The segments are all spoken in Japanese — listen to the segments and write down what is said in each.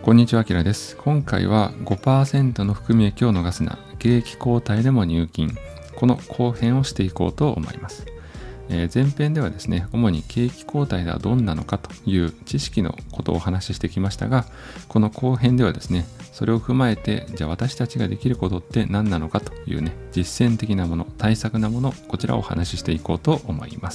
こんにちは、あきらです。今回は 5% の含み益を逃すな、景気後退でも入金、この後編をしていこうと思います。前編ではですね、主に景気後退はどんなのかという知識のことをお話ししてきましたが、この後編ではですね、それを踏まえて、じゃあ私たちができることって何なのかというね、実践的なもの、対策なもの、こちらをお話ししていこうと思います。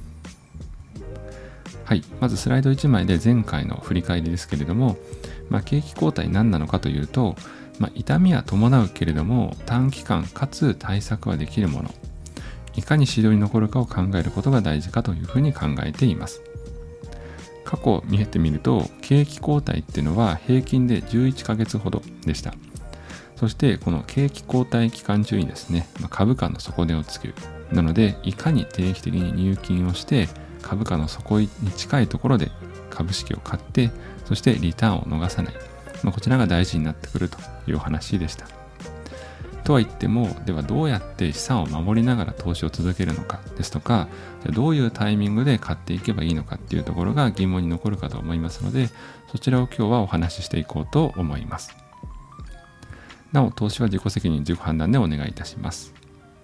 はい、まずスライド1枚で前回の振り返りですけれども、景気後退何なのかというと、痛みは伴うけれども短期間かつ対策はできるもの、いかに指導に残るかを考えることが大事かというふうに考えています。過去を見てみると、景気後退っていうのは平均で11ヶ月ほどでした。そしてこの景気後退期間中にですね、株価の底値をつける。なので、いかに定期的に入金をして株価の底に近いところで株式を買って、そしてリターンを逃さない、こちらが大事になってくるというお話でした。とは言っても、ではどうやって資産を守りながら投資を続けるのかですとか、どういうタイミングで買っていけばいいのかっていうところが疑問に残るかと思いますので、そちらを今日はお話ししていこうと思います。なお、投資は自己責任自己判断でお願いいたします。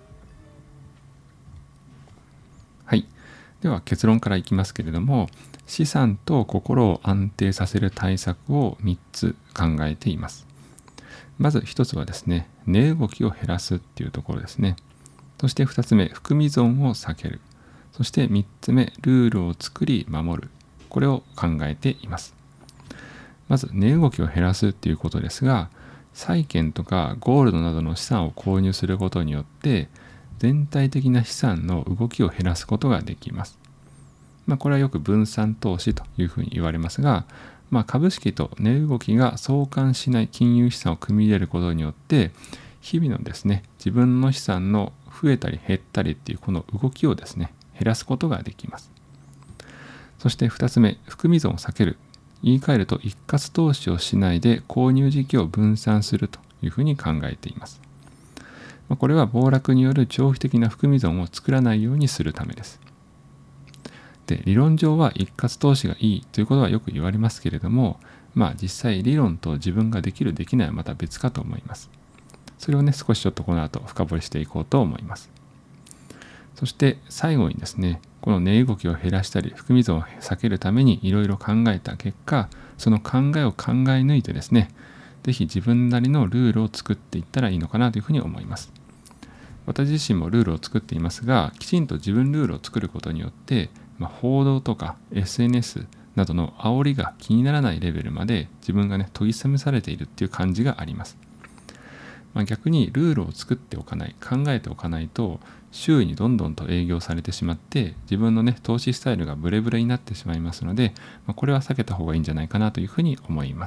はい。では結論からいきますけれども、資産と心を安定させる対策を3つ考えています。まず1つはですね、値動きを減らすっていうところですね。そして2つ目、含み損を避ける。そして3つ目、ルールを作り守る。これを考えています。まず値動きを減らすっていうことですが、債券とかゴールドなどの資産を購入することによって、全体的な資産の動きを減らすことができます。これはよく分散投資というふうに言われますが、株式と値動きが相関しない金融資産を組み入れることによって、日々のですね、自分の資産の増えたり減ったりっていうこの動きをですね、減らすことができます。そして2つ目、含み損を避ける。言い換えると、一括投資をしないで購入時期を分散するというふうに考えています。これは暴落による長期的な含み損を作らないようにするためです。で、理論上は一括投資がいいということはよく言われますけれども、実際理論と自分ができるできないはまた別かと思います。それをね、少しちょっとこの後深掘りしていこうと思います。そして最後にですね、この値動きを減らしたり含み損を避けるためにいろいろ考えた結果、その考えを考え抜いてですね、ぜひ自分なりのルールを作っていったらいいのかなというふうに思います。私自身もルールを作っていますが、きちんと自分ルールを作ることによって、報道とか SNS などの煽りが気にならないレベルまで自分がね、研ぎ澄まされているっていう感じがあります。逆にルールを作っておかない、考えておかないと、周囲にどんどんと営業されてしまって、自分のね、投資スタイルがブレブレになってしまいますので、これは避けた方がいいんじゃないかなというふうに思います。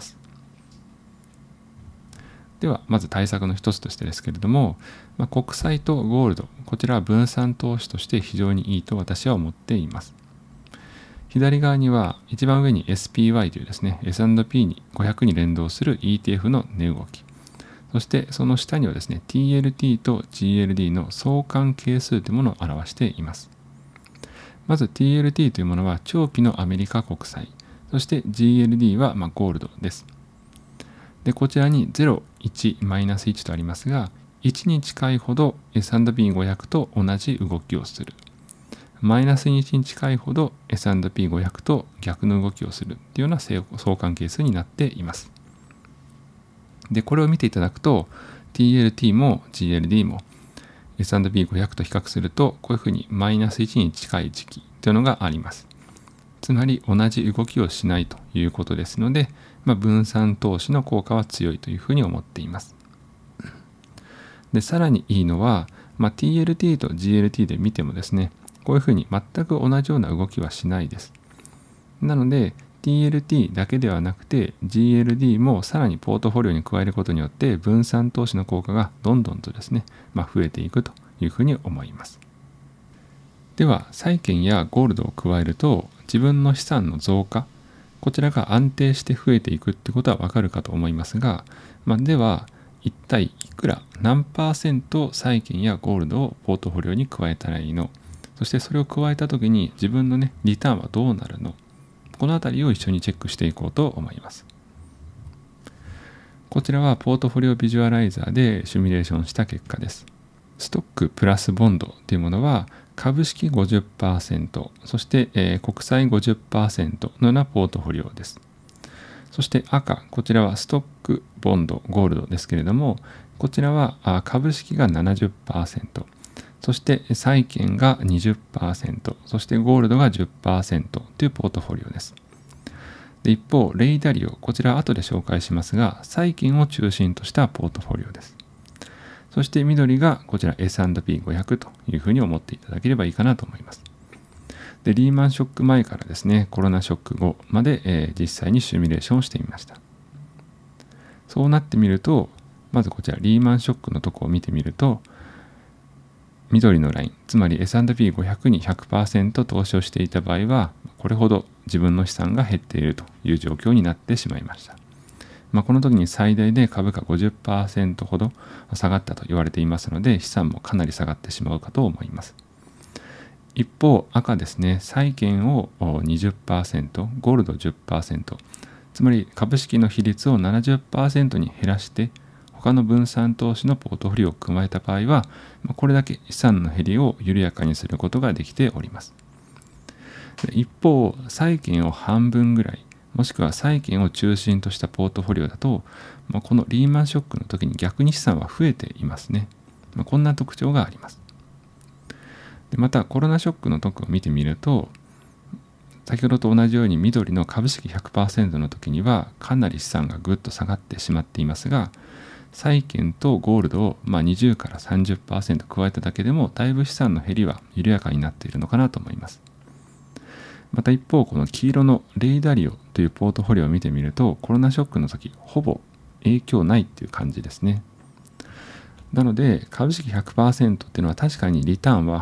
ではまず対策の一つとしてですけれども、国債とゴールド、こちらは分散投資として非常にいいと私は思っています。左側には一番上に SPY というですね、S&P500 に連動する ETF の値動き、そしてその下にはですね、TLT と GLD の相関係数というものを表しています。まず TLT というものは長期のアメリカ国債、そして GLD はゴールドです。で、こちらに0、1、マイナス1とありますが、1に近いほど S&P500 と同じ動きをする。マイナス1に近いほど S&P500 と逆の動きをするというような相関係数になっています。で、これを見ていただくと、TLT も GLD も S&P500 と比較すると、こういうふうにマイナス1に近い時期というのがあります。つまり同じ動きをしないということですので、分散投資の効果は強いというふうに思っています。で、さらにいいのは、TLT と GLT で見てもですね、こういうふうに全く同じような動きはしないです。なので TLT だけではなくて GLD もさらにポートフォリオに加えることによって分散投資の効果がどんどんとですね、増えていくというふうに思います。では債券やゴールドを加えると自分の資産の増加、こちらが安定して増えていくってことはわかるかと思いますが、では一体いくら何%債券やゴールドをポートフォリオに加えたらいいの、そしてそれを加えた時に自分のね、リターンはどうなるの、このあたりを一緒にチェックしていこうと思います。 こちらはポートフォリオビジュアライザーでシミュレーションした結果です。ストックプラスボンドというものは株式 50%、そして、国債 50% のようなポートフォリオです。そして赤、こちらはストック、ボンド、ゴールドですけれども、こちらは株式が 70%、そして債券が 20%、そしてゴールドが 10% というポートフォリオです。で一方、レイダリオ、こちら後で紹介しますが、債券を中心としたポートフォリオです。そして緑がこちら S&P500 というふうに思っていただければいいかなと思います。でリーマンショック前からですね、コロナショック後まで、実際にシミュレーションをしてみました。そうなってみると、まずこちらリーマンショックのところを見てみると、緑のライン、つまり S&P500 に 100% 投資をしていた場合は、これほど自分の資産が減っているという状況になってしまいました。この時に最大で株価 50% ほど下がったと言われていますので、資産もかなり下がってしまうかと思います。一方、赤ですね、債券を 20%、ゴールド 10%、つまり株式の比率を 70% に減らして、他の分散投資のポートフォリオを加えた場合は、これだけ資産の減りを緩やかにすることができております。一方、債券を半分ぐらい、もしくは債券を中心としたポートフォリオだと、このリーマンショックの時に逆に資産は増えていますね。こんな特徴があります。でまたコロナショックの時を見てみると、先ほどと同じように緑の株式 100% の時にはかなり資産がぐっと下がってしまっていますが、債券とゴールドを20から 30% 加えただけでもだいぶ資産の減りは緩やかになっているのかなと思います。また一方、この黄色のレイダリオというポートフォリオを見てみると、コロナショックの時ほぼ影響ないっていう感じですね。なので株式 100% っていうのは確かにリターンは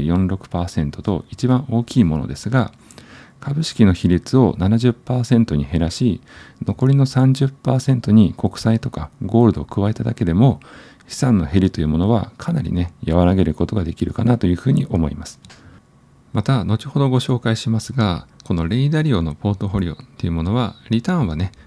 8.46% と一番大きいものですが、株式の比率を 70% に減らし、残りの 30% に国債とかゴールドを加えただけでも資産の減りというものはかなりね、和らげることができるかなというふうに思います。また後ほどご紹介しますが、このレイダリオのポートフォリオっていうものはリターンはね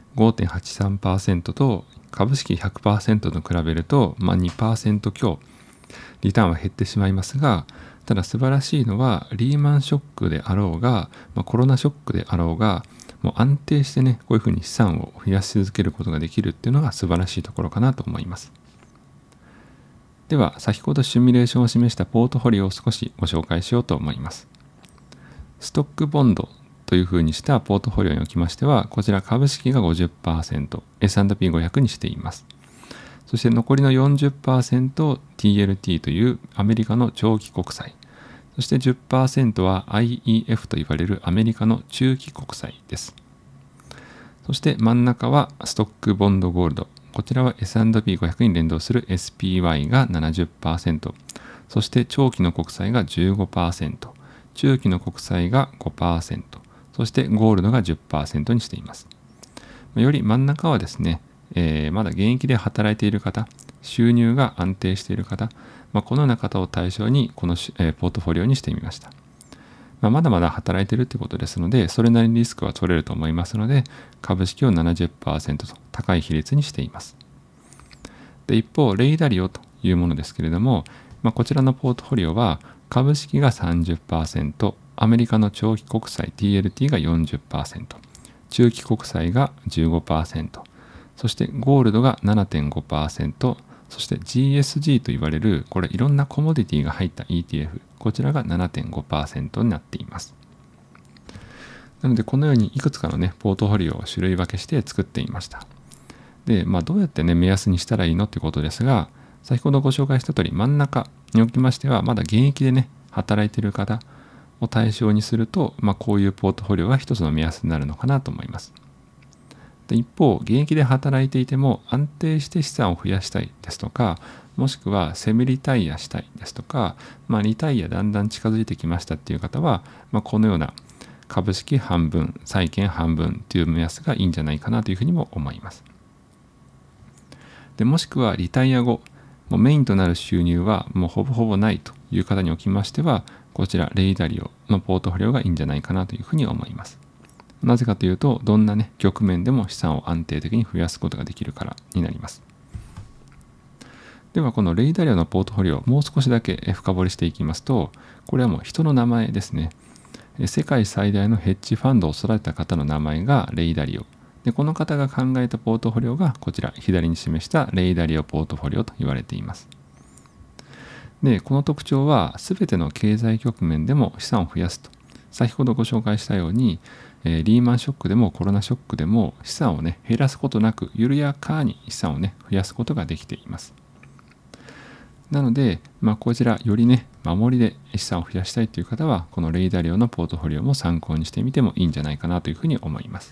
5.83% と株式 100% と比べると、2% 強リターンは減ってしまいますが、ただ素晴らしいのはリーマンショックであろうが、コロナショックであろうが、もう安定してね、こういうふうに資産を増やし続けることができるっていうのが素晴らしいところかなと思います。では先ほどシミュレーションを示したポートフォリオを少しご紹介しようと思います。ストックボンドというふうにしたポートフォリオにおきましては、こちら株式が 50%、S&P500 にしています。そして残りの 40% TLT というアメリカの長期国債、そして 10% は IEF といわれるアメリカの中期国債です。そして真ん中はストックボンドゴールド、こちらは S&P500 に連動する SPY が 70%、そして長期の国債が 15%、中期の国債が 5%、そしてゴールドが 10% にしています。より真ん中はですね、まだ現役で働いている方、収入が安定している方、このような方を対象にこの、ポートフォリオにしてみました。まだまだ働いているということですので、それなりにリスクは取れると思いますので、株式を 70% と高い比率にしています。で一方、レイダリオというものですけれども、こちらのポートフォリオは株式が 30%、アメリカの長期国債 TLT が 40%、中期国債が 15%、そしてゴールドが 7.5%、そして GSG と言われる、これいろんなコモディティが入った ETF、こちらが 7.5% になっています。なのでこのようにいくつかのね、ポートフォリオを種類分けして作っていました。で、どうやってね、目安にしたらいいのってことですが、先ほどご紹介した通り真ん中におきましては、まだ現役でね、働いている方を対象にすると、こういうポートフォリオが一つの目安になるのかなと思います。で一方、現役で働いていても安定して資産を増やしたいですとか、もしくはセミリタイアしたいですとか、リタイアだんだん近づいてきましたっていう方は、このような株式半分、債券半分という目安がいいんじゃないかなというふうにも思います。でもしくはリタイア後、もうメインとなる収入はもうほぼほぼないという方におきましては、こちらレイダリオのポートフォリオがいいんじゃないかなというふうに思います。 なぜかというと、どんなね、局面でも資産を安定的に増やすことができるからになります。では、このレイダリオのポートフォリオをもう少しだけ深掘りしていきますと、これはもう人の名前ですね。世界最大のヘッジファンドを育てた方の名前がレイダリオ。で、この方が考えたポートフォリオがこちら左に示したレイダリオポートフォリオと言われています。で、この特徴は全ての経済局面でも資産を増やすと。先ほどご紹介したように、リーマンショックでもコロナショックでも資産をね、減らすことなく緩やかに資産をね、増やすことができています。なので、こちらよりね、守りで資産を増やしたいという方は、このレイダリオのポートフォリオも参考にしてみてもいいんじゃないかなというふうに思います。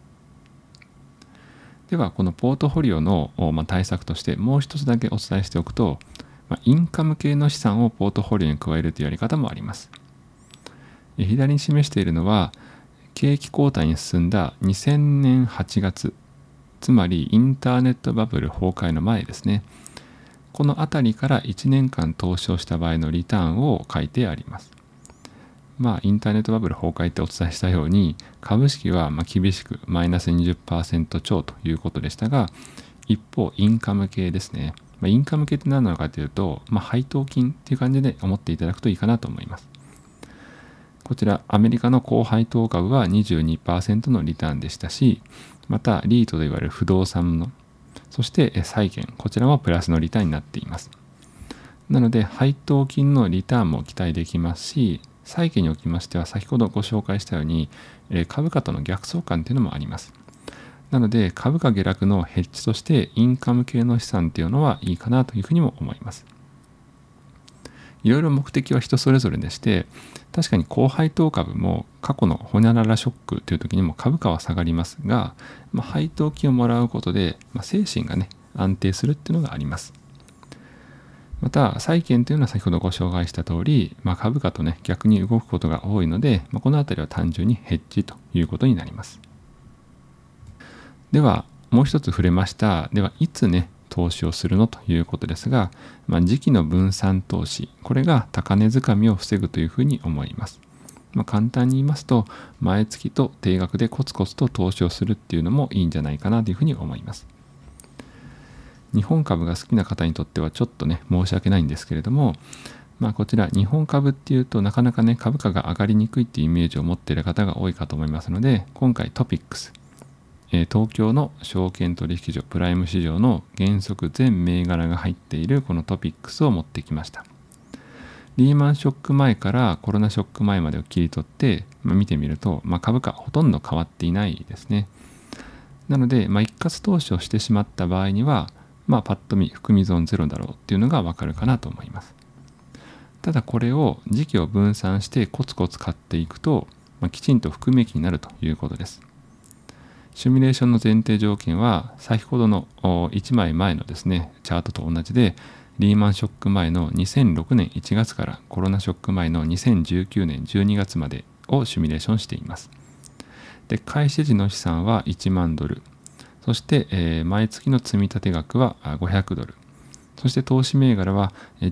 では、このポートフォリオの対策としてもう一つだけお伝えしておくと、インカム系の資産をポートフォリオに加えるというやり方もあります。左に示しているのは、景気後退に進んだ2000年8月、つまりインターネットバブル崩壊の前ですね。このあたりから1年間投資をした場合のリターンを書いてあります。インターネットバブル崩壊ってお伝えしたように、株式は厳しくマイナス 20% 超ということでしたが、一方、インカム系ですね。インカム系って何なのかというと、配当金っていう感じで思っていただくといいかなと思います。こちら、アメリカの高配当株は 22% のリターンでしたし、また、リートといわれる不動産のそして債券、こちらもプラスのリターンになっています。なので、配当金のリターンも期待できますし、債券におきましては先ほどご紹介したように、株価との逆相関というのもあります。なので、株価下落のヘッジとしてインカム系の資産というのはいいかなというふうにも思います。いろいろ目的は人それぞれでして、確かに高配当株も過去のホニャララショックという時にも株価は下がりますが、配当金をもらうことで、精神がね、安定するっていうのがあります。また、債券というのは先ほどご紹介した通り、株価とね、逆に動くことが多いので、このあたりは単純にヘッジということになります。では、もう一つ触れました。では、いつね、投資をするのということですが、時期の分散投資、これが高値掴みを防ぐというふうに思います。簡単に言いますと、毎月と定額でコツコツと投資をするっていうのもいいんじゃないかなというふうに思います。日本株が好きな方にとってはちょっとね、申し訳ないんですけれども、こちら日本株っていうとなかなかね、株価が上がりにくいっていうイメージを持っている方が多いかと思いますので、今回トピックス、東京の証券取引所プライム市場の原則全銘柄が入っているこのトピックスを持ってきました。リーマンショック前からコロナショック前までを切り取って、見てみると、株価ほとんど変わっていないですね。なので、一括投資をしてしまった場合には、パッと見含み損ゼロだろうっていうのがわかるかなと思います。ただこれを時期を分散してコツコツ買っていくと、きちんと含み益になるということです。シミュレーションの前提条件は先ほどの1枚前のですね、チャートと同じで、リーマンショック前の2006年1月からコロナショック前の2019年12月までをシミュレーションしています。で、開始時の資産は1万ドル。そして、毎月の積立額は500ドル。そして投資銘柄は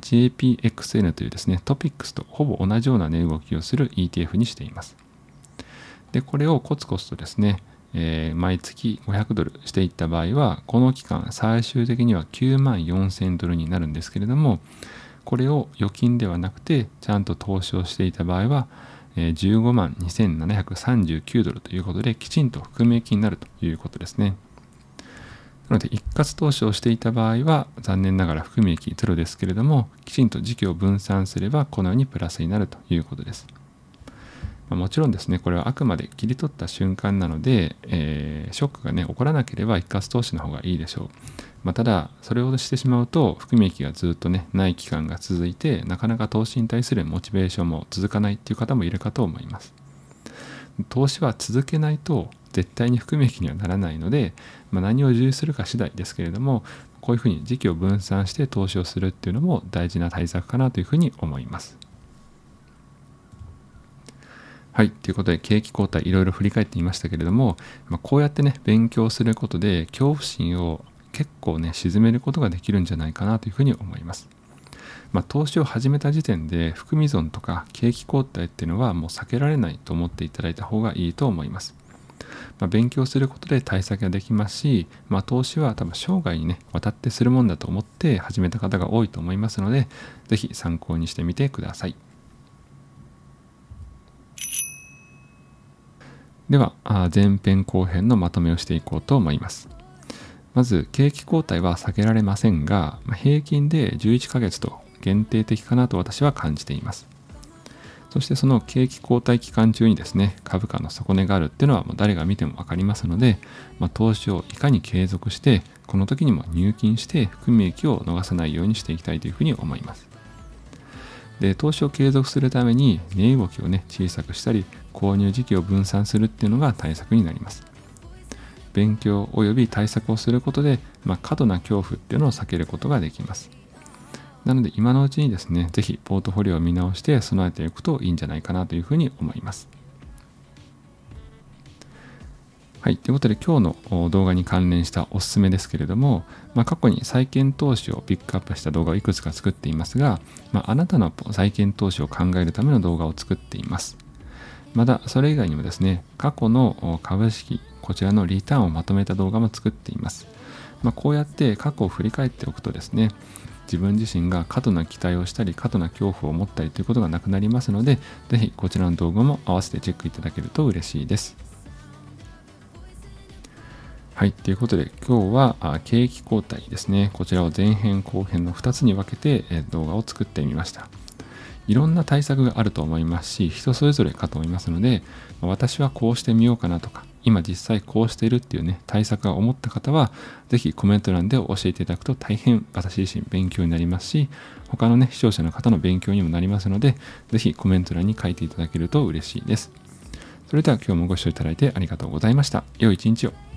JPXN というですね、トピックスとほぼ同じような値動きをする ETF にしています。で、これをコツコツとですね、毎月500ドルしていった場合は、この期間最終的には9万4000ドルになるんですけれども、これを預金ではなくてちゃんと投資をしていた場合は、15万2739ドルということできちんと含み益になるということですね。なので一括投資をしていた場合は残念ながら含み益ゼロですけれども、きちんと時期を分散すればこのようにプラスになるということです。もちろんですね、これはあくまで切り取った瞬間なので、ショックがね起こらなければ一括投資の方がいいでしょう。ただそれをしてしまうと含み益がずっとねない期間が続いて、なかなか投資に対するモチベーションも続かないっていう方もいるかと思います。投資は続けないと絶対に含み益にはならないので、何を重視するか次第ですけれども、こういうふうに時期を分散して投資をするっていうのも大事な対策かなというふうに思います。はい。ということで、景気後退いろいろ振り返ってみましたけれども、こうやってね、勉強することで、恐怖心を結構ね、沈めることができるんじゃないかなというふうに思います。投資を始めた時点で、含み損とか景気後退っていうのはもう避けられないと思っていただいた方がいいと思います。 勉強することで対策ができますし、投資は多分生涯にね、渡ってするもんだと思って始めた方が多いと思いますので、ぜひ参考にしてみてください。では、前編後編のまとめをしていこうと思います。まず、景気後退は避けられませんが、平均で11ヶ月と限定的かなと私は感じています。そしてその景気後退期間中にですね、株価の底値があるっていうのはもう誰が見ても分かりますので、投資をいかに継続して、この時にも入金して含み益を逃さないようにしていきたいというふうに思います。で、投資を継続するために値動きをね、小さくしたり、購入時期を分散するっていうのが対策になります。勉強及び対策をすることで、過度な恐怖っていうのを避けることができます。なので今のうちにですね、ぜひポートフォリオを見直して備えていくといいんじゃないかなというふうに思います。はい、ということで今日の動画に関連したおすすめですけれども、過去に債券投資をピックアップした動画をいくつか作っていますが、あなたの債券投資を考えるための動画を作っています。またそれ以外にもですね、過去の株式、こちらのリターンをまとめた動画も作っています。こうやって過去を振り返っておくとですね、自分自身が過度な期待をしたり過度な恐怖を持ったりということがなくなりますので、ぜひこちらの動画も合わせてチェックいただけると嬉しいです。はい、ということで今日は景気後退ですね、こちらを前編後編の2つに分けて動画を作ってみました。いろんな対策があると思いますし、人それぞれかと思いますので、私はこうしてみようかなとか、今実際こうしているっていうね、対策が思った方は、ぜひコメント欄で教えていただくと大変私自身勉強になりますし、他のね、視聴者の方の勉強にもなりますので、ぜひコメント欄に書いていただけると嬉しいです。それでは今日もご視聴いただいてありがとうございました。良い一日を。